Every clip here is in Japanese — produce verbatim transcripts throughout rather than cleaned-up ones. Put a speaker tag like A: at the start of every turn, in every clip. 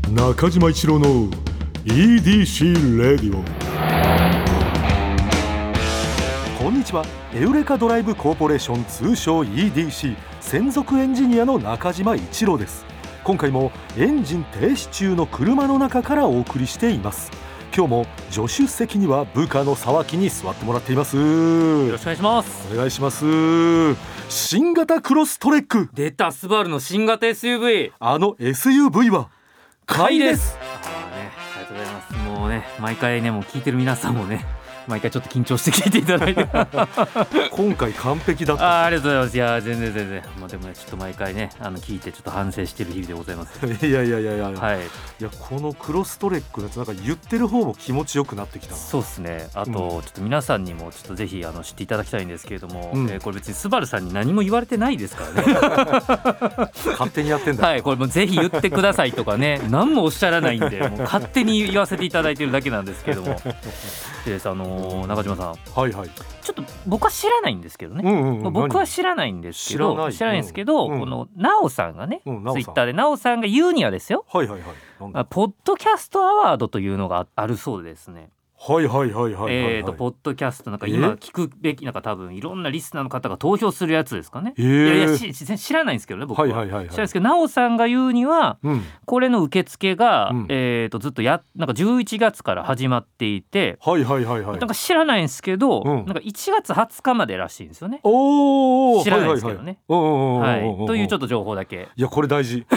A: 中島一郎の イーディーシー レディオ。こんにちは。エウレカドライブコーポレーション、通称 イーディーシー 専属エンジニアの中島一郎です。今回もエンジン停止中の車の中からお送りしています。今日も助手席には部下の沢木に座ってもらっています。
B: よろしくお願いします。
A: お願いします。新型クロストレック、
B: 出たスバルの新型 エスユーブイ、
A: あの エスユーブイ は買いです。
B: あー、ね、ありがとうございます。もうね、毎回ね、もう聞いてる皆さんもね、毎回ちょっと緊張して聞いていただいて
A: 今回完璧だった。
B: あ, ありがとうございます。いや全然全然、まあ、でもね、ちょっと毎回ね、あの聞いてちょっと反省してる日々でございます。
A: いやいやいやいや、
B: はい、
A: いやこのクロストレックのやつ、なんか言ってる方も気持ちよくなってきた。
B: そうですね。あと、うん、ちょっと皆さんにもちょっとぜひあの知っていただきたいんですけれども、うん、えー、これ別にスバルさんに何も言われてないですからね
A: 勝手にやってんだ。
B: はい、これもぜひ言ってくださいとかね、何もおっしゃらないんで、もう勝手に言わせていただいてるだけなんですけどもで、あのー、中島さん、はいはい、ちょっと僕は知らないんですけどね、うんうんうん、僕は知らないんですけど、知らない、知らないんですけど、うん、このなおさんがね、うん、ツイッターでなおさんが言うにはですよ、はいはいはい、ポッドキャストアワードというのがあるそうでですね。
A: はいはいはいはい、はい、
B: えーとポッドキャスト、なんか今聞くべき、なんか多分いろんなリスナーの方が投票するやつですかね。
A: えー、
B: いやいやし知らないんですけどね、僕は、はいはいはいはい、知らないですけど、なおさんが言うには、うん、これの受付が、うん、えーとずっとやなんかじゅういちがつから始まっていて、
A: はいはいはいはい、
B: なんか知らないんですけど、うん、なんかいちがつはつかまでらしいんですよね。
A: おー、
B: 知らないですけどね、はいはい、というちょっと情報だけ。
A: いやこれ大事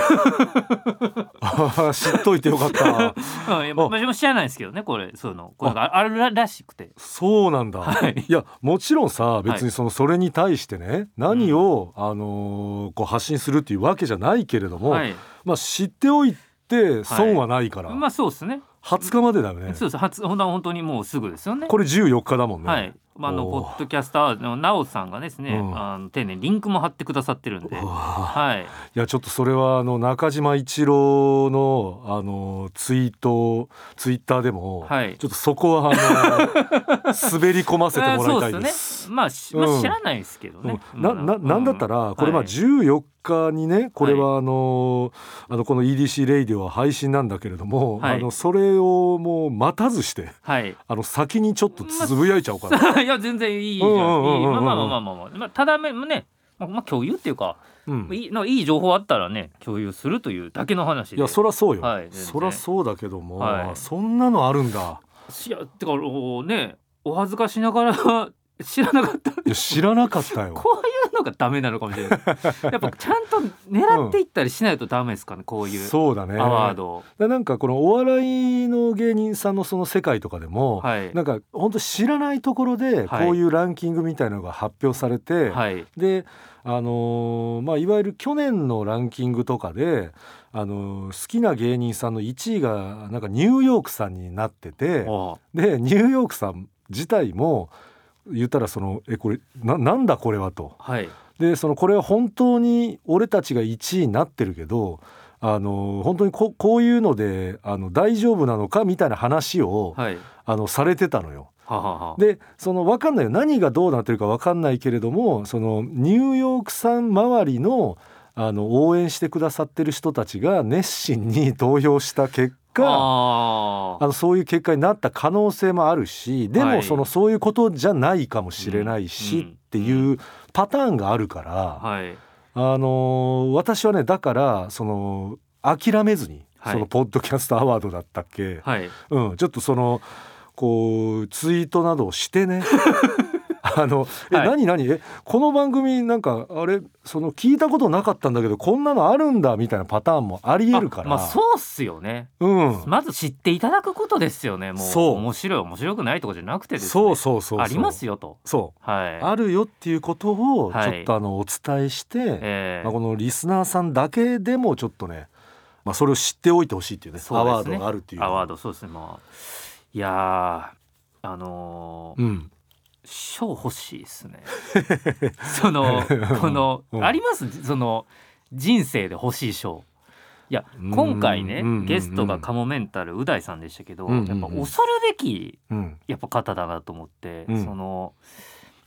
A: 知っといてよかった、
B: うん、いや私も知らないですけどね、これそういうのこれがあるらしくて。
A: そうなんだ、はい、いやもちろんさ、別にそのそれに対してね、はい、何を、あのー、こう発信するっていうわけじゃないけれども、はい、まあ、知っておいて損はないから、はい、
B: まあそうですね、
A: はつかまでだよね。
B: そうです、初本当にもうすぐですよね。
A: これじゅうよっかだもんね。
B: はい、まあ、あのポッドキャスターのなおさんがですね、うん、あの丁寧にリンクも貼ってくださってるんで、はい、い
A: やちょっとそれはあの中島一郎のあのツイートツイッターでも、はい、ちょっとそこはあの滑り込ませてもらいたいです。
B: そうですね、まあ、まあ、知らないですけどね、
A: うん、な, な, なんだったらこれまあじゅうよっかにね、これはあの、はい、あのこの イーディーシー レイディオは配信なんだけれども、はい、あのそれをもう待たずして、はい、あの先にちょっとつぶやいちゃおうかな、
B: まあ、いや全然いいじゃん、まあまあまあまあまあ、まあ、ただね、まあ、まあ共有っていうか、うん、いい、なんかいい情報あったらね共有するというだけの話で。
A: いやそりゃそうよ、
B: はい、
A: そりゃそうだけども、はい、そんなのあるんだ。
B: いやてかね、お恥ずかしながら知らなかった。い
A: や知らなかったよ。
B: こういうのがダメなのかもしれないやっぱちゃんと狙っていったりしないとダメですかね、うん、こういう
A: そうだね、
B: アワード。
A: なんかこのお笑いの芸人さんのその世界とかでも、はい、なんか本当知らないところでこういうランキングみたいなのが発表されて、はい、であのーまあ、いわゆる去年のランキングとかで、あのー、好きな芸人さんのいちいがなんかニューヨークさんになってて、でニューヨークさん自体も言ったらそのえこれ な, なんだこれはと、はい、でそのこれは本当に俺たちがいちいになってるけど、あの本当に こ, こういうのであの大丈夫なのかみたいな話を、はい、あのされてたのよ。はははでその分かんないよ、何がどうなってるか分かんないけれども、そのニューヨークさん周りのあの応援してくださってる人たちが熱心に投票した結果、ああのそういう結果になった可能性もあるし、でもその、はい、そういうことじゃないかもしれないし、うん、っていうパターンがあるから、はい、あの私はねだからその諦めずに、はい、そのポッドキャストアワードだったっけ、はい、うん、ちょっとそのこうツイートなどをしてねあのえ、はい、何何えこの番組なんかあれその聞いたことなかったんだけどこんなのあるんだみたいなパターンもありえるから。
B: まあそうっすよね、うん、まず知っていただくことですよね。もうそう面白い面白くないとかじゃなくてですね、
A: そうそうそうそう、
B: ありますよと、
A: そう、はい、あるよっていうことをちょっとあのお伝えして、はい、えーまあ、このリスナーさんだけでもちょっとね、まあ、それを知っておいてほしいっていうね、
B: そうですね、
A: アワードがあるっていう。
B: アワード、そうですね、まあ、いやあのー、うん賞欲しいですねそのこの、うん、ありますその人生で欲しい賞。いや今回ね、ゲストがカモメンタルう大さんでしたけど、うんうんうん、やっぱ恐るべき、うん、やっぱ方だなと思って、うん、その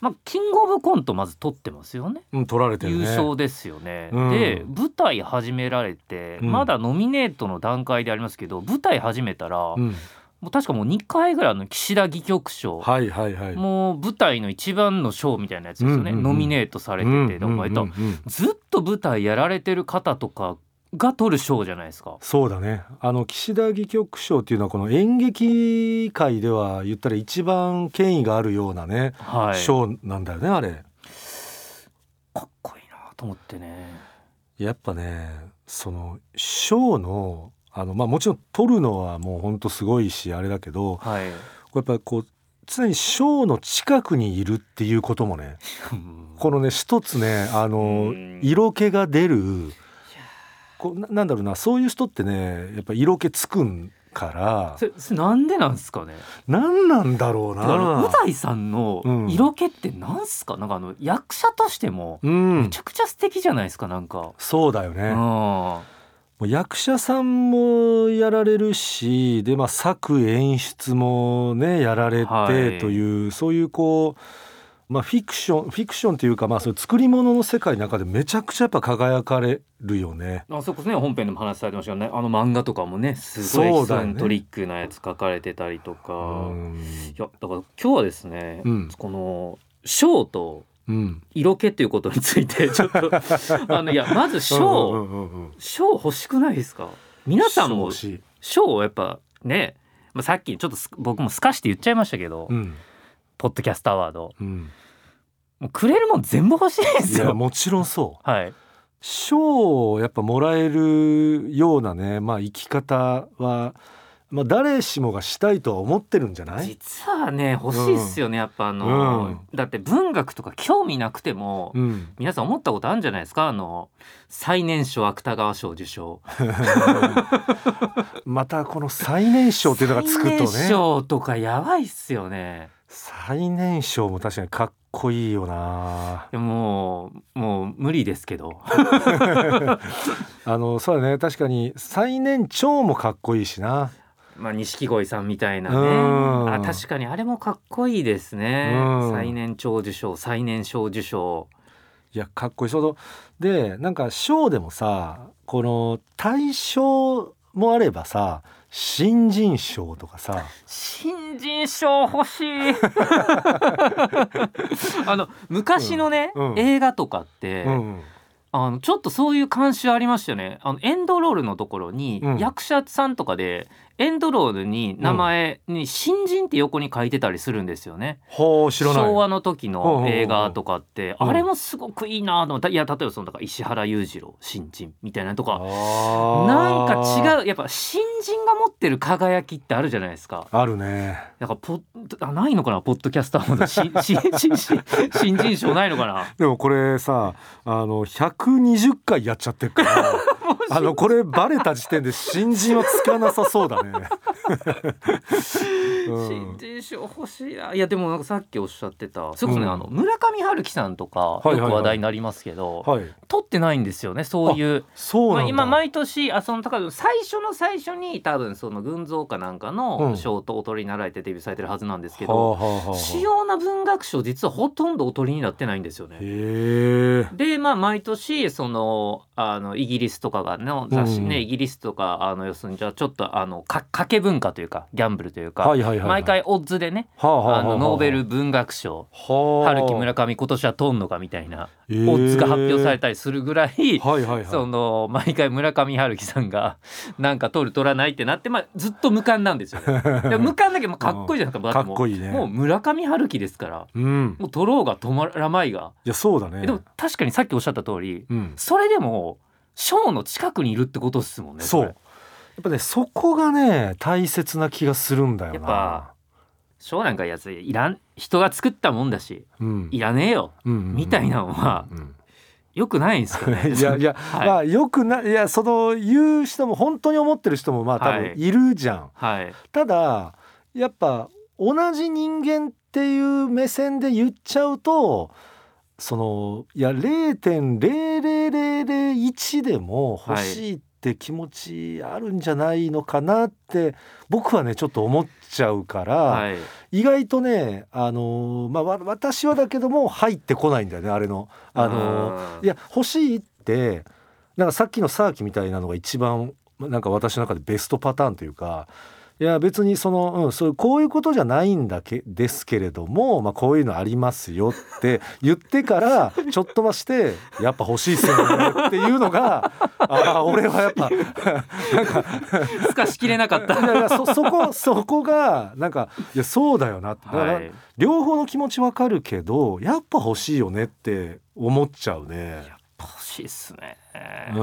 B: まあ、キングオブコントまず取ってますよね、
A: うん、取られてるね、
B: 優勝ですよね、
A: うん、
B: で舞台始められて、うん、まだノミネートの段階でありますけど舞台始めたら、うん、もう確かもうにかいぐらいの岸田戯曲賞、
A: はいはいはい、
B: もう舞台の一番の賞みたいなやつですよね、うんうんうん、ノミネートされてて、うんうんうんうん、ずっと舞台やられてる方とかが取る賞じゃないですか。
A: そうだね、あの岸田戯曲賞っていうのはこの演劇界では言ったら一番権威があるようなね、はい、賞なんだよねあれ。
B: かっこいいなと思ってね。
A: やっぱねその賞のあの、まあ、もちろん取るのはもうほんとすごいしあれだけど、はい、やっぱこう常に賞の近くにいるっていうこともねこのね一つねあの色気が出るこう な, なんだろうなそういう人ってねやっぱ色気つくんから
B: それそれなんでなんすかね。
A: なんなんだろうな。
B: う大さんの色気ってなんすか、うん、なんかあの役者としてもめちゃくちゃ素敵じゃないですか。なんか
A: そうだよね、うん、もう役者さんもやられるしで、まあ、作演出もねやられて、はい、というそういうこうまあ、フィクションフィクションというか、まあ、そういう作り物の世界の中でめちゃくちゃやっぱ輝かれるよね。
B: あそこね本編でも話されてましたよね。あの漫画とかもねすごい悲惨トリックなやつ書かれてたりとか、ね、いやだから今日はですね、うん、この賞と色気ということについてちょっとあのいやまず賞賞欲しくないですか。皆さんも賞をやっぱね、まあ、さっきちょっと僕もすかして言っちゃいましたけど、うんポッドキャストアワード、うん、もうくれるもん全部欲しいですよ。
A: いやもちろんそう、
B: はい、
A: 賞をやっぱもらえるようなね、まあ、生き方は、まあ、誰しもがしたいとは思ってるんじゃない。
B: 実はね欲しいっすよね、うん、やっぱあの、うん、だって文学とか興味なくても、うん、皆さん思ったことあるんじゃないですか。あの最年少芥川賞受賞
A: またこの最年少っていうのがつくとね、
B: 最年少とかやばいっすよね。
A: 最年少も確かにかっこいいよな。
B: もうもう無理ですけど
A: あのそうだね確かに最年長もかっこいいしな。
B: まあ錦鯉さんみたいなね、あ確かにあれもかっこいいですね。最年長受賞最年少受賞
A: いやかっこいい。そうでなんか賞でもさこの大賞もあればさ新人賞とかさ。
B: 新人賞欲しいあの昔のね、うんうん、映画とかって、うんうん、あのちょっとそういう慣習ありましたよね。あのエンドロールのところに、うん、役者さんとかでエンドロールに名前に新人って横に書いてたりするんですよね、
A: うん、知らない。
B: 昭和の時の映画とかって、うん、あれもすごくいいなと思った。いや例えばそのだから石原裕次郎新人みたいなとかなんか違うやっぱ新人が持ってる輝きってあるじゃないですか。
A: あるね。
B: なんかポあないのかなポッドキャスターも新新人賞ないのかな。
A: でもこれさあのひゃくにじゅっかいやっちゃってるからあのこれバレた時点で新人はつかなさそうだね
B: 新人賞欲しいな。いやでもなんかさっきおっしゃってたそれこそね、うん、あの村上春樹さんとかよく話題になりますけど、はいはいはい、取ってないんですよねそういう。
A: そうなんだ、まあ、
B: 今毎年あその多分最初の最初に多分その群像かなんかの賞とお取りになられてデビューされてるはずなんですけど、うん、主要な文学賞実はほとんどお取りになってないんですよね。
A: へ
B: でまあ毎年そのあのイギリスとかがの雑誌ね、うん、イギリスとかあの要するにじゃあちょっとあのか賭け文化というかギャンブルというか、はいはいはいはい、毎回オッズでね、はあはあはあ、あのノーベル文学賞、はあ、春樹村上今年は取んのかみたいなオッズが発表されたりするぐらい、はいはいはい、その毎回村上春樹さんがなんか取る取らないってなって、まあ、ずっと無冠なんですよねで無冠だけどかっこいいじゃないですか。
A: かっこいいね。
B: もう村上春樹ですから、うん、もう取ろうが止まらまいが。
A: いやそうだね。
B: でも確かにさっきおっしゃった通り、うん、それでも賞の近くにいるってことですもんね。
A: そうやっぱねそこがね大切な気がするんだよな。
B: やっぱ賞なんかやついらん人が作ったもんだし、うん、いらねえよ、うんうんうん、みたいなのは、うん、よくないんですかね
A: いやいや、はい、まあよくない。いやその言う人も本当に思ってる人もまあ多分いるじゃん、はいはい、ただやっぱ同じ人間っていう目線で言っちゃうとそのいや ゼロてんゼロゼロゼロゼロいち でも欲しいっって気持ちあるんじゃないのかなって僕はねちょっと思っちゃうから、はい、意外とね、あのーまあ、私はだけども入ってこないんだよねあれの、あのー、いや欲しいってなんかさっきのサーキみたいなのが一番なんか私の中でベストパターンというか、いや別にその、うん、そういうこういうことじゃないんだけですけれども、まあ、こういうのありますよって言ってからちょっとましてやっぱ欲しいっすよねっていうのがあ俺はやっぱなんか
B: すかしきれなかった
A: いやいや そ, そこそこがなんかいやそうだよなって、だから両方の気持ちわかるけどやっぱ欲しいよねって思っちゃうね。
B: 欲しいっすね、
A: うん、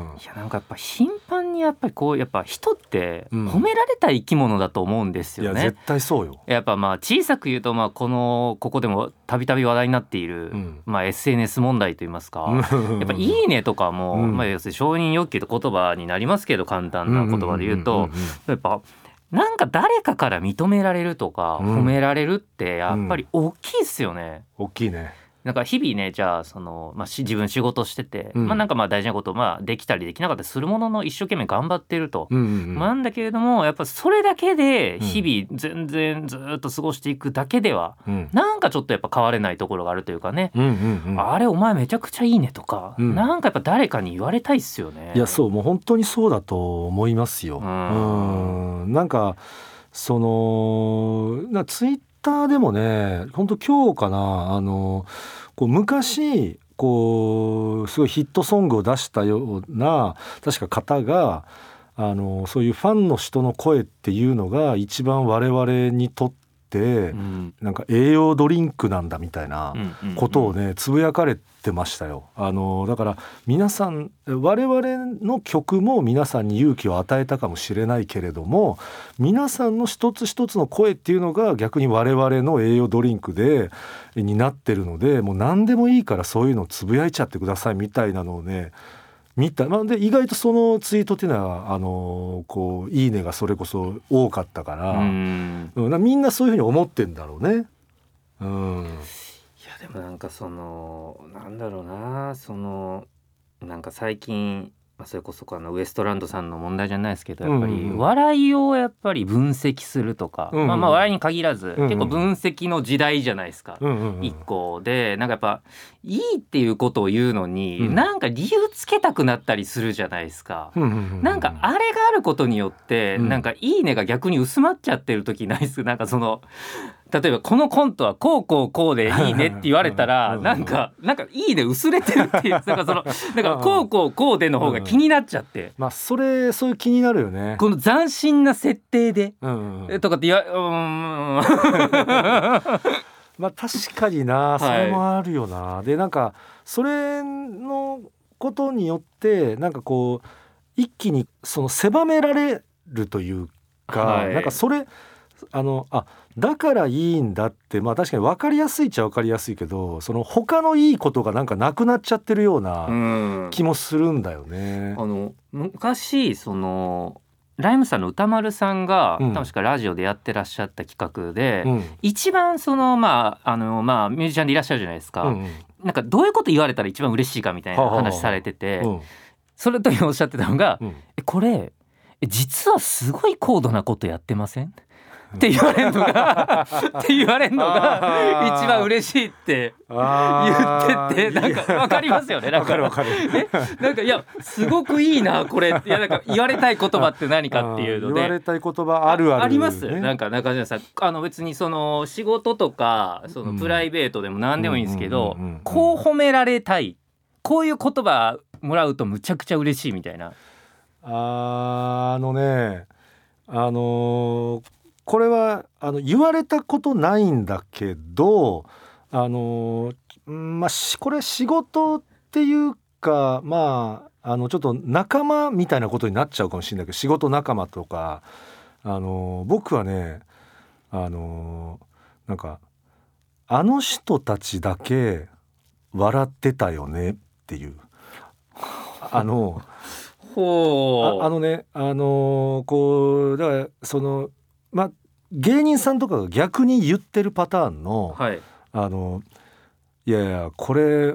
B: いやなんかやっぱ頻繁にやっぱりこうやっぱ人って褒められた生き物だと思うんですよね、
A: うん、いや絶対そうよ。
B: やっぱまあ小さく言うとまあこのここでもたびたび話題になっている、うんまあ、エスエヌエス 問題といいますか、やっぱいいねとかも、うんまあ、要するに承認欲求と言葉になりますけど簡単な言葉で言うとやっぱなんか誰かから認められるとか褒められるってやっぱり大きいっすよね、
A: うん、大きいね。
B: なんか日々ねじゃあその、まあ、し自分仕事してて、うんまあ、なんかまあ大事なことをまあできたりできなかったりするものの一生懸命頑張ってると、うんうんうん、なんだけれどもやっぱそれだけで日々全然ずっと過ごしていくだけでは、うん、なんかちょっとやっぱ変われないところがあるというかね、うんうんうん、あれお前めちゃくちゃいいねとか、うん、なんかやっぱ誰かに言われたいっすよね。
A: いやそうもう本当にそうだと思いますよ、うん、うんなんかそのなツイッターでもね本当今日かなあのこう昔こうすごいヒットソングを出したような確か方があのそういうファンの人の声っていうのが一番我々にとって、うん、なんか栄養ドリンクなんだみたいなことをねつぶやかれてましたよ。あのだから皆さん我々の曲も皆さんに勇気を与えたかもしれないけれども皆さんの一つ一つの声っていうのが逆に我々の栄養ドリンクでになってるのでもう何でもいいからそういうのをつぶやいちゃってくださいみたいなのをね見た、まあ、で意外とそのツイートっていうのはあのこういいねがそれこそ多かったから、うん、みんなそういうふうに思ってんだろうね。うん、い
B: やでもなんかそのなんだろうなそのなんか最近まあ、それこそあのウエストランドさんの問題じゃないですけどやっぱり笑いをやっぱり分析するとか、うんうん、まあ、まあ笑いに限らず、うんうん、結構分析の時代じゃないですか、うんうんうん、一個でなんかやっぱいいっていうことを言うのに、うん、なんか理由つけたくなったりするじゃないですか、うんうんうん、なんかあれがあることによって、うん、なんかいいねが逆に薄まっちゃってる時ないですなんかその例えばこのコントはこうこうこうでいいねって言われたらなんかなんかいいね薄れてるっていうなんかそのなんかこうこうこうでの方が気になっちゃって、
A: まあそれそういう気になるよね
B: この斬新な設定で、うんうん、とかって言わうーん
A: まあ確かになそれもあるよな、はい、でなんかそれのことによってなんかこう一気にその狭められるというか、はい、なんかそれあのあだからいいんだってまあ確かに分かりやすいっちゃ分かりやすいけどその他のいいことがなんかなくなっちゃってるような気もするんだよね。
B: あの昔そのライムさんの歌丸さんが、うん、確かラジオでやってらっしゃった企画で、うん、一番そのまああのまあミュージシャンでいらっしゃるじゃないですか、うんうん、なんかどういうこと言われたら一番嬉しいかみたいな話されてて、はははは、うん、それとおっしゃってたのが、うん、えこれ実はすごい高度なことやってませんって言われるのがって言われるのが一番嬉しいって言っててなんか分かりますよね。
A: 分かる分かる
B: えなんかいやすごくいいなこれいやなんか言われたい言葉って何かっていうので
A: 言われたい言葉あるある、ね、
B: あります。なんか中島さんあの別にその仕事とかそのプライベートでも何でもいいんですけどこう褒められたいこういう言葉もらうとむちゃくちゃ嬉しいみたいな。
A: ああのねあのーこれはあの言われたことないんだけどあの、まあ、これ仕事っていうかまああのちょっと仲間みたいなことになっちゃうかもしれないけど仕事仲間とかあの僕はねあのなんかあの人たちだけ笑ってたよねっていうあの
B: ほう
A: あ, あのねあのこうだからそのまあ、芸人さんとかが逆に言ってるパターンの、はい、あのいやいやこれ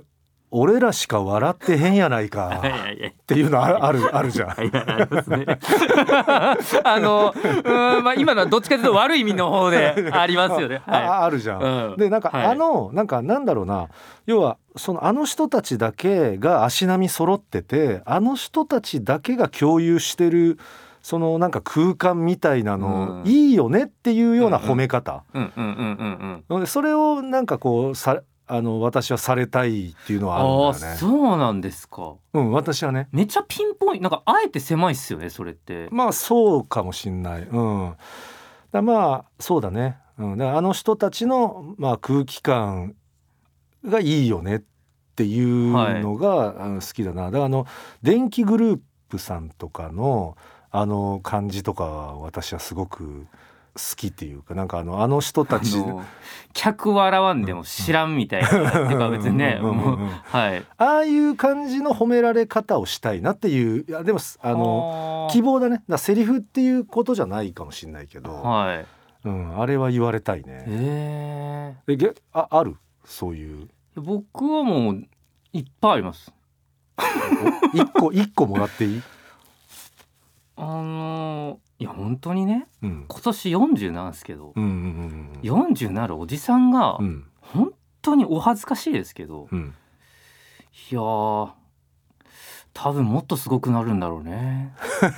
A: 俺らしか笑ってへんやないかっていうのあるあるあるじゃん。
B: いやありますねあのうん、まあ、今のはどっちかというと悪い意味の方でありますよね。
A: はい、あ, あるじゃん、うん、でなんか、はい、あのなんかなんだろうな、要はそのあの人たちだけが足並み揃ってて、あの人たちだけが共有してるそのなんか空間みたいなの、うん、いいよねっていうような褒め方、それをなんかこうさあの私はされたいっていうのはあるんだよね。
B: あ、そうなんですか。
A: うん、私はね。
B: めっちゃピンポイント、なんかあえて狭いっすよねそれって。
A: まあそうかもしんない。うん。だまあそうだね。うん、だからあの人たちの、まあ、空気感がいいよねっていうのが、はい、あの好きだな。だからあの電気グループさんとかのあの感じとかは私はすごく好きっていうか、なんかあのあの人たちの
B: 客笑わんでも知らんみたいな、うん、ってか別にね、はい、
A: ああいう感じの褒められ方をしたいなっていう。いやでもあの希望だね。だセリフっていうことじゃないかもしれないけど、
B: はい、
A: うん、あれは言われたいね。
B: へ
A: ええ、あ、あるそういう。
B: 僕はもういっぱいあります。
A: 一個一個もらっていい？
B: あのーいや本当にね、うん、今年よんじゅうなんですけど、うんうんうん、よんじゅうなるおじさんが、うん、本当にお恥ずかしいですけど、うん、いやー多分もっとすごくなるんだろうね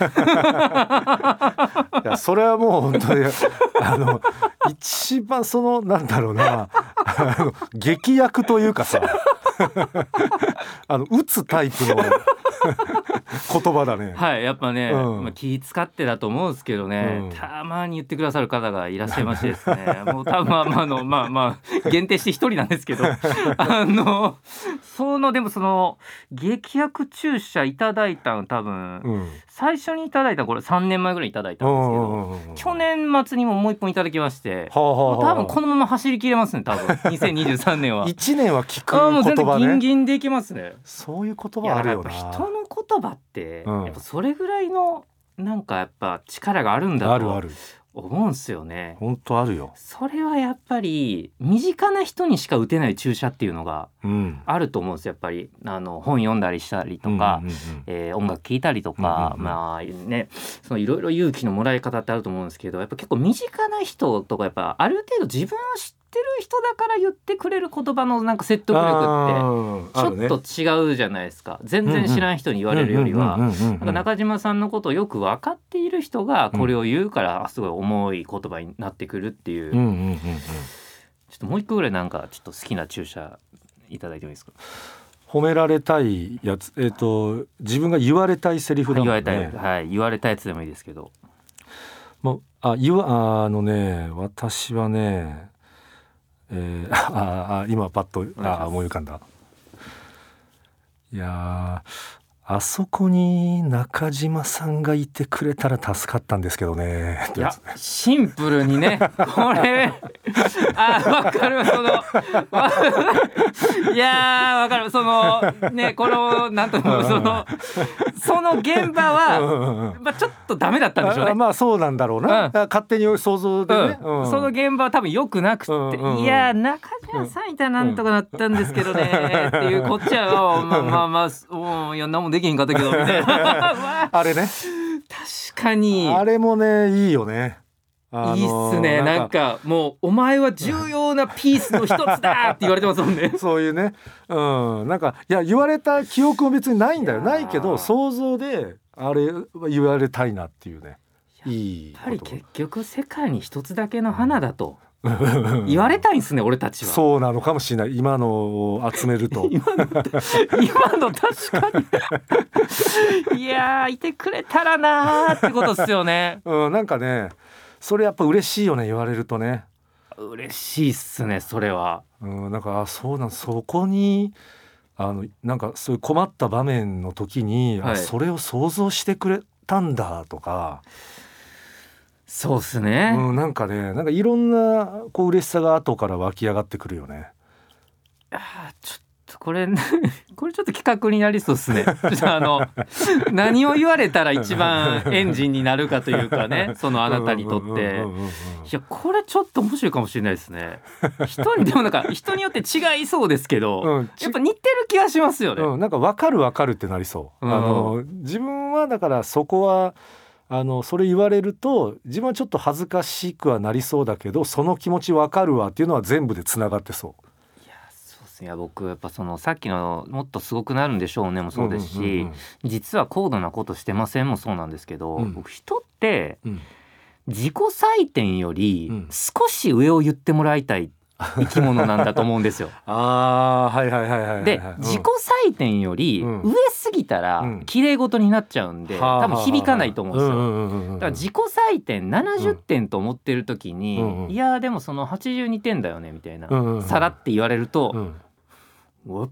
A: いやそれはもう本当にあの一番そのなんだろうなあの劇薬というかさあの打つタイプの言葉だね。
B: はい、やっぱね、うん、まあ、気使ってだと思うんですけどね、うん、たまに言ってくださる方がいらっしゃいましてですねもう多分まあまあのまあまあ限定して一人なんですけどあのそのでもその劇薬注射いただいたの多分、うん、最初にいただいたこれさんねんまえぐらいいただいたんですけど、去年末にももう一本いただきまして、はあはあはあ、多分このまま走り切れますね多分にせんにじゅうさんねんはい
A: ちねんは聞く言葉ね。
B: あもう全然ギンギンでいけますね。
A: そういう言葉あるよな。
B: 人の言葉って、うん、やっぱそれぐらいのなんかやっぱ力があるんだとあるある思うんすよね。
A: 本当あるよ。
B: それはやっぱり身近な人にしか打てない注射っていうのがあると思うんですよ。やっぱりあの本読んだりしたりとか、うんうんうんえー、音楽聴いたりとか、うんうんうん、まあねそのいろいろ勇気のもらい方ってあると思うんですけど、やっぱ結構身近な人とかやっぱある程度自分を知って知ってる人だから言ってくれる言葉のなんか説得力ってちょっと違うじゃないですか。全然知らん人に言われるよりは中島さんのことをよく分かっている人がこれを言うからすごい重い言葉になってくるっていう、うんうんうんうん、ちょっともう一個ぐらいなんかちょっと好きな注射いただいてもいいですか。
A: 褒められたいやつ、えーと、自分が言われたいセリフだもんね。
B: 言われたい、はい、言われたやつでもいいですけど、
A: まあ、言わあのね私はねえー、ああ今パッとあ思い浮かんだ。いやあそこに中島さんがいてくれたら助かったんですけどね。
B: いやシンプルにねこれあ分かるそのいや分かるそのねこのなんともそのその現場は、まあ、ちょっとダメだったんでしょうね。
A: あまあそうなんだろうな、うん、勝手に想像でね、
B: うんうん、その現場は多分良くなくて、うんうんうん、いや中島さんいたらなんとかなったんですけどね、うん、っていうこっちはまあまあまあ、うん、いや何もできへんかったけどみたいな
A: あれね
B: 確かに
A: あれもねいいよね。
B: いいっすね。なんか、なんかもうお前は重要なピースの一つだって言われてますもんね
A: そういうね、うん、なんかいや言われた記憶も別にないんだよ。ないけど想像であれ言われたいなっていうね。いい
B: やっぱり結局世界に一つだけの花だと言われたいんですね俺たちは。
A: そうなのかもしれない。今のを集めると
B: 今の今の確かにいやいてくれたらなってことですよね、
A: うん、なんかねそれやっぱ嬉しいよね言われるとね。
B: 嬉しいっすねそれは、
A: うん、なんかそうなんそこにあのなんかそういう困った場面の時に、はい、あそれを想像してくれたんだとか。
B: そうっすね、
A: うん、なんかねなんかいろんなこう嬉しさが後から湧き上がってくるよね。
B: あちょっとこれこれちょっと企画になりそうですねあの何を言われたら一番エンジンになるかというかねそのあなたにとっていやこれちょっと面白いかもしれないですね人にでもなんか人によって違いそうですけど、うん、やっぱ似てる気がしますよね、
A: うん、なんか分かる分かるってなりそう、うん、あの自分はだからそこはあのそれ言われると自分はちょっと恥ずかしくはなりそうだけどその気持ち分かるわっていうのは全部でつながってそう。
B: いや僕やっぱそのさっきのもっとすごくなるんでしょうねもそうですし、うんうんうんうん、実は高度なことしてませんもそうなんですけど、うん、僕人って自己採点より少し上を言ってもらいたい生き物なんだと思うんですよ
A: あーはいはいはいはい、はい、
B: で、うん、自己採点より上すぎたら綺麗事になっちゃうんで、うん、多分響かないと思うんですよ。だから自己採点ななじゅってんと思ってる時に、うん、いやでもそのはちじゅうにてんだよねみたいな、うんうん、さらって言われると、うんお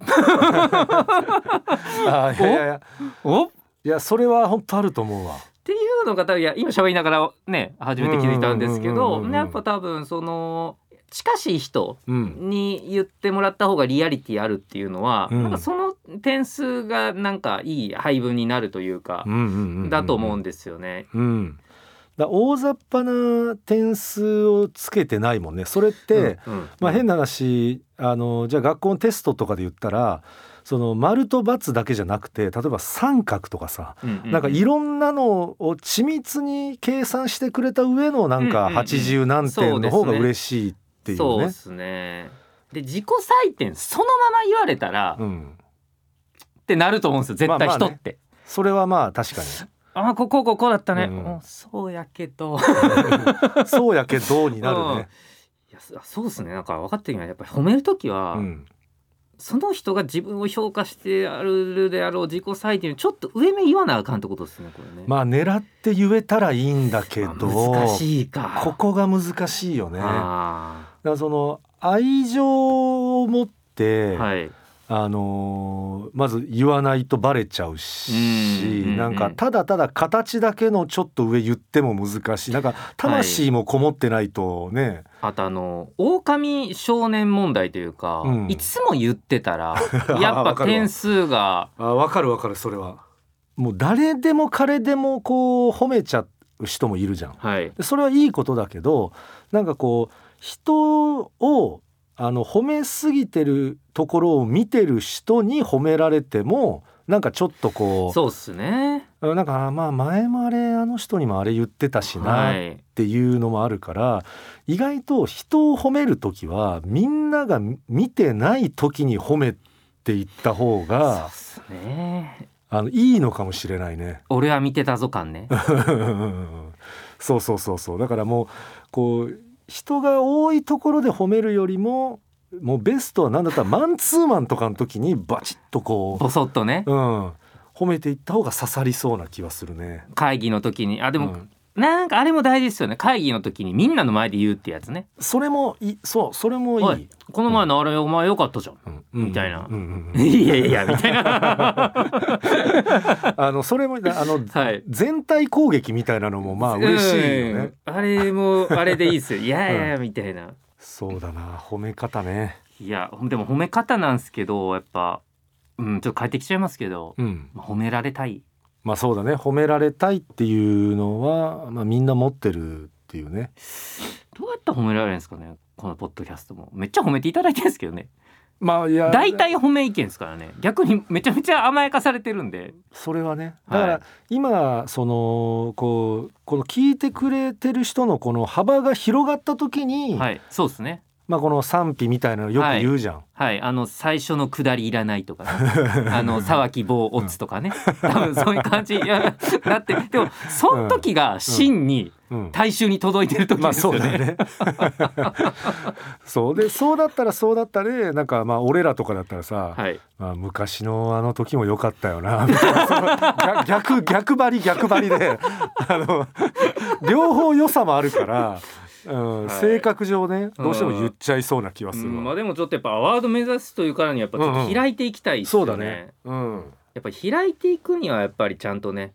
A: あいやいやいやおいやそれは本当あると思うわ
B: っていうのが多分いや今喋りながらね初めて気づいたんですけどやっぱ多分その近しい人に言ってもらった方がリアリティあるっていうのは、うん、なんかその点数がなんかいい配分になるというか、うんうんうんうん、だと思うんですよね、
A: うんだ大雑把な点数をつけてないもんねそれって、うんうんまあ、変な話あのじゃあ学校のテストとかで言ったらその丸と×だけじゃなくて例えば三角とかさ、うんうんうん、なんかいろんなのを緻密に計算してくれた上のなんかはちじゅう何点の方が嬉しいっていうね。
B: そうですね。で自己採点そのまま言われたら、うん、ってなると思うんですよ絶対人って、まあまあね、
A: それはまあ確かに
B: あここここだったね、うん、そうやけど
A: そうやけどになるね、うん、い
B: やそうですねなんか分かってるのはやっぱり褒めるときは、うん、その人が自分を評価してあるであろう自己採点ちょっと上目言わなあかんってことですねこれね。
A: まあ狙って言えたらいいんだけど、
B: まあ、難しいか
A: ここが難しいよね。あだからその愛情を持って、はいあのー、まず言わないとバレちゃうし、うんうんうん、なんかただただ形だけのちょっと上言っても難しいなんか魂もこもってないとね、はい、
B: あとあの狼少年問題というか、うん、いつも言ってたらやっぱ点数が
A: あ分かる分かるそれはもう誰でも彼でもこう褒めちゃう人もいるじゃん、はい、それはいいことだけどなんかこう人をあの褒めすぎてるところを見てる人に褒められてもなんかちょっとこう
B: そうっすね
A: なんかまあ前もあれあの人にもあれ言ってたしなっていうのもあるから、はい、意外と人を褒めるときはみんなが見てないときに褒めていった方がそうっすねあのいいのかもしれないね。
B: 俺は見てたぞ感ね
A: そうそうそうそうだからもうこう人が多いところで褒めるよりももうベストは何だったらマンツーマンとかの時にバチッとこう
B: ボソッとね、
A: うん、褒めていった方が刺さりそうな気はするね。
B: 会議の時にあでも、うんなんかあれも大事ですよね会議の時にみんなの前で言うってやつね。
A: それもいそうそれもいい
B: この前のあれ、うん、お前よかったじゃん、うん、みたいな、うんうんうん、いやいやみたいな
A: あのそれもあの、はい、全体攻撃みたいなのもまあ嬉しいよね、うん、
B: あれもあれでいいですよいやいやみたいな、うん、
A: そうだな褒め方ね。
B: いやでも褒め方なんですけどやっぱ、うん、ちょっと変えてきちゃいますけど、うんまあ、褒められたい
A: まあそうだね褒められたいっていうのは、まあ、みんな持ってるっていうね。
B: どうやって褒められるんですかねこのポッドキャストもめっちゃ褒めていただいてるんですけどね。
A: まあいや
B: 大体褒め意見ですからね逆にめちゃめちゃ甘やかされてるんで
A: それはねだから今そのこうこの聞いてくれてる人のこの幅が広がった時に、
B: はい、そうですね
A: まあ、この賛否みたいなのよく言うじゃん、はい
B: はい、あの最初の下りいらないとか、ね、あの沢木棒オッツとかね、うん、多分そういう感じになってでもその時が真に大衆に届いてる時ですよね、
A: まあ、そうだねそうでそうだったらそうだったでなんかまあ俺らとかだったらさ、はいまあ、昔のあの時も良かったよなみたいな逆逆張り逆張りであの両方良さもあるからうんはい、性格上ねどうしても言っちゃいそうな気はするわ、
B: うんまあ、でもちょっとやっぱアワード目指すというからにやっぱちょっと開いていきたいですよね、
A: うんうん、そうだね、うん、
B: やっぱり開いていくにはやっぱりちゃんとね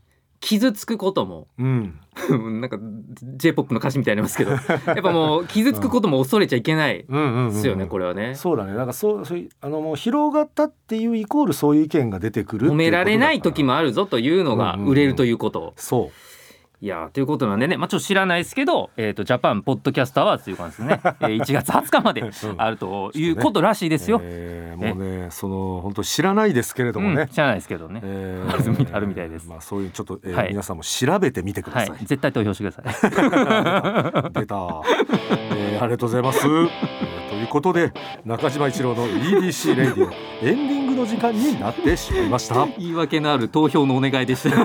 B: 傷つくことも、うん、なんか J-ポップ の歌詞みたいになりますけどやっぱもう傷つくことも恐れちゃいけないですよね、これはね。
A: そうだね。なんかそう、そういうあのもう広がったっていうイコールそういう意見が出てくるっていうことだから、
B: 褒められない時もあるぞというのが売れるということ、うんうんうん、
A: そう
B: いやということなんでね、まあ、ちょっと知らないですけど、えーと、ジャパンポッドキャストアワードという感じですね、えー、いちがつはつかまであるということらしいですよ、
A: えー、もうねその本当知らないですけれどもね、うん、
B: 知らないですけどね、えー、あるみたいです、
A: まあ、そういうちょっと、えーはい、皆さんも調べてみてください、
B: はい、絶対投票してください
A: 出た、えー、ありがとうございます、えー、ということで中島一郎の イーディーシー レイディオエンディングの時間になってしまいました
B: 言い訳のある投票のお願いでした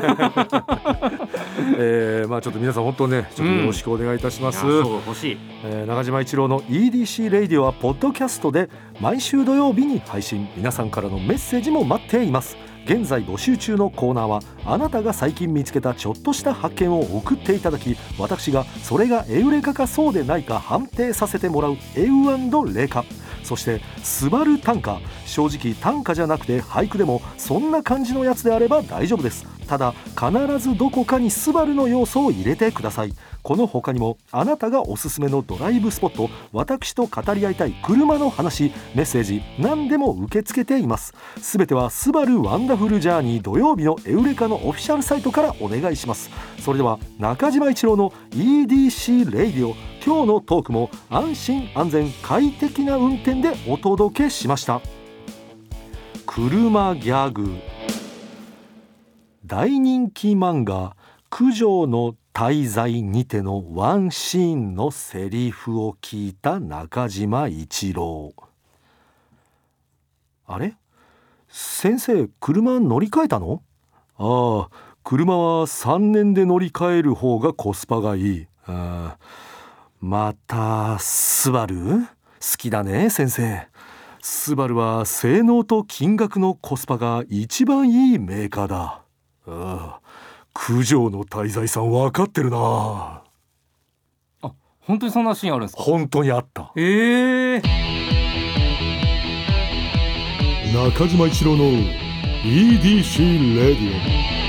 A: えーまあ、ちょっと皆さん本当ねちょっとよろしくお願いいたします、うん、
B: そう欲しい、
A: えー、中島一郎の イーディーシー レイディオはポッドキャストで毎週土曜日に配信、皆さんからのメッセージも待っています。現在募集中のコーナーはあなたが最近見つけたちょっとした発見を送っていただき、私がそれがエウレカかそうでないか判定させてもらうエウ&レカ。そしてスバル短歌、正直短歌じゃなくて俳句でもそんな感じのやつであれば大丈夫です。ただ必ずどこかにスバルの要素を入れてください。この他にもあなたがおすすめのドライブスポット、私と語り合いたい車の話、メッセージ何でも受け付けています。すべてはスバルワンダフルジャーニー土曜日のエウレカのオフィシャルサイトからお願いします。それでは中島一郎の イーディーシー レイディオ、今日のトークも安心安全快適な運転でお届けしました。車ギャグ。大人気漫画九条の滞在にてのワンシーンのセリフを聞いた中島一郎。あれ、先生車乗り換えたの？ああ、車はさんねんで乗り換える方がコスパがいい。あ、またスバル？好きだね先生。スバルは性能と金額のコスパが一番いいメーカーだ。ああ、九条の滞在さん分かってるな。
B: あ、本当にそんなシーンあるんですか？
A: 本当にあった。
B: えー、
A: 中島一郎の イーディーシー レディオ。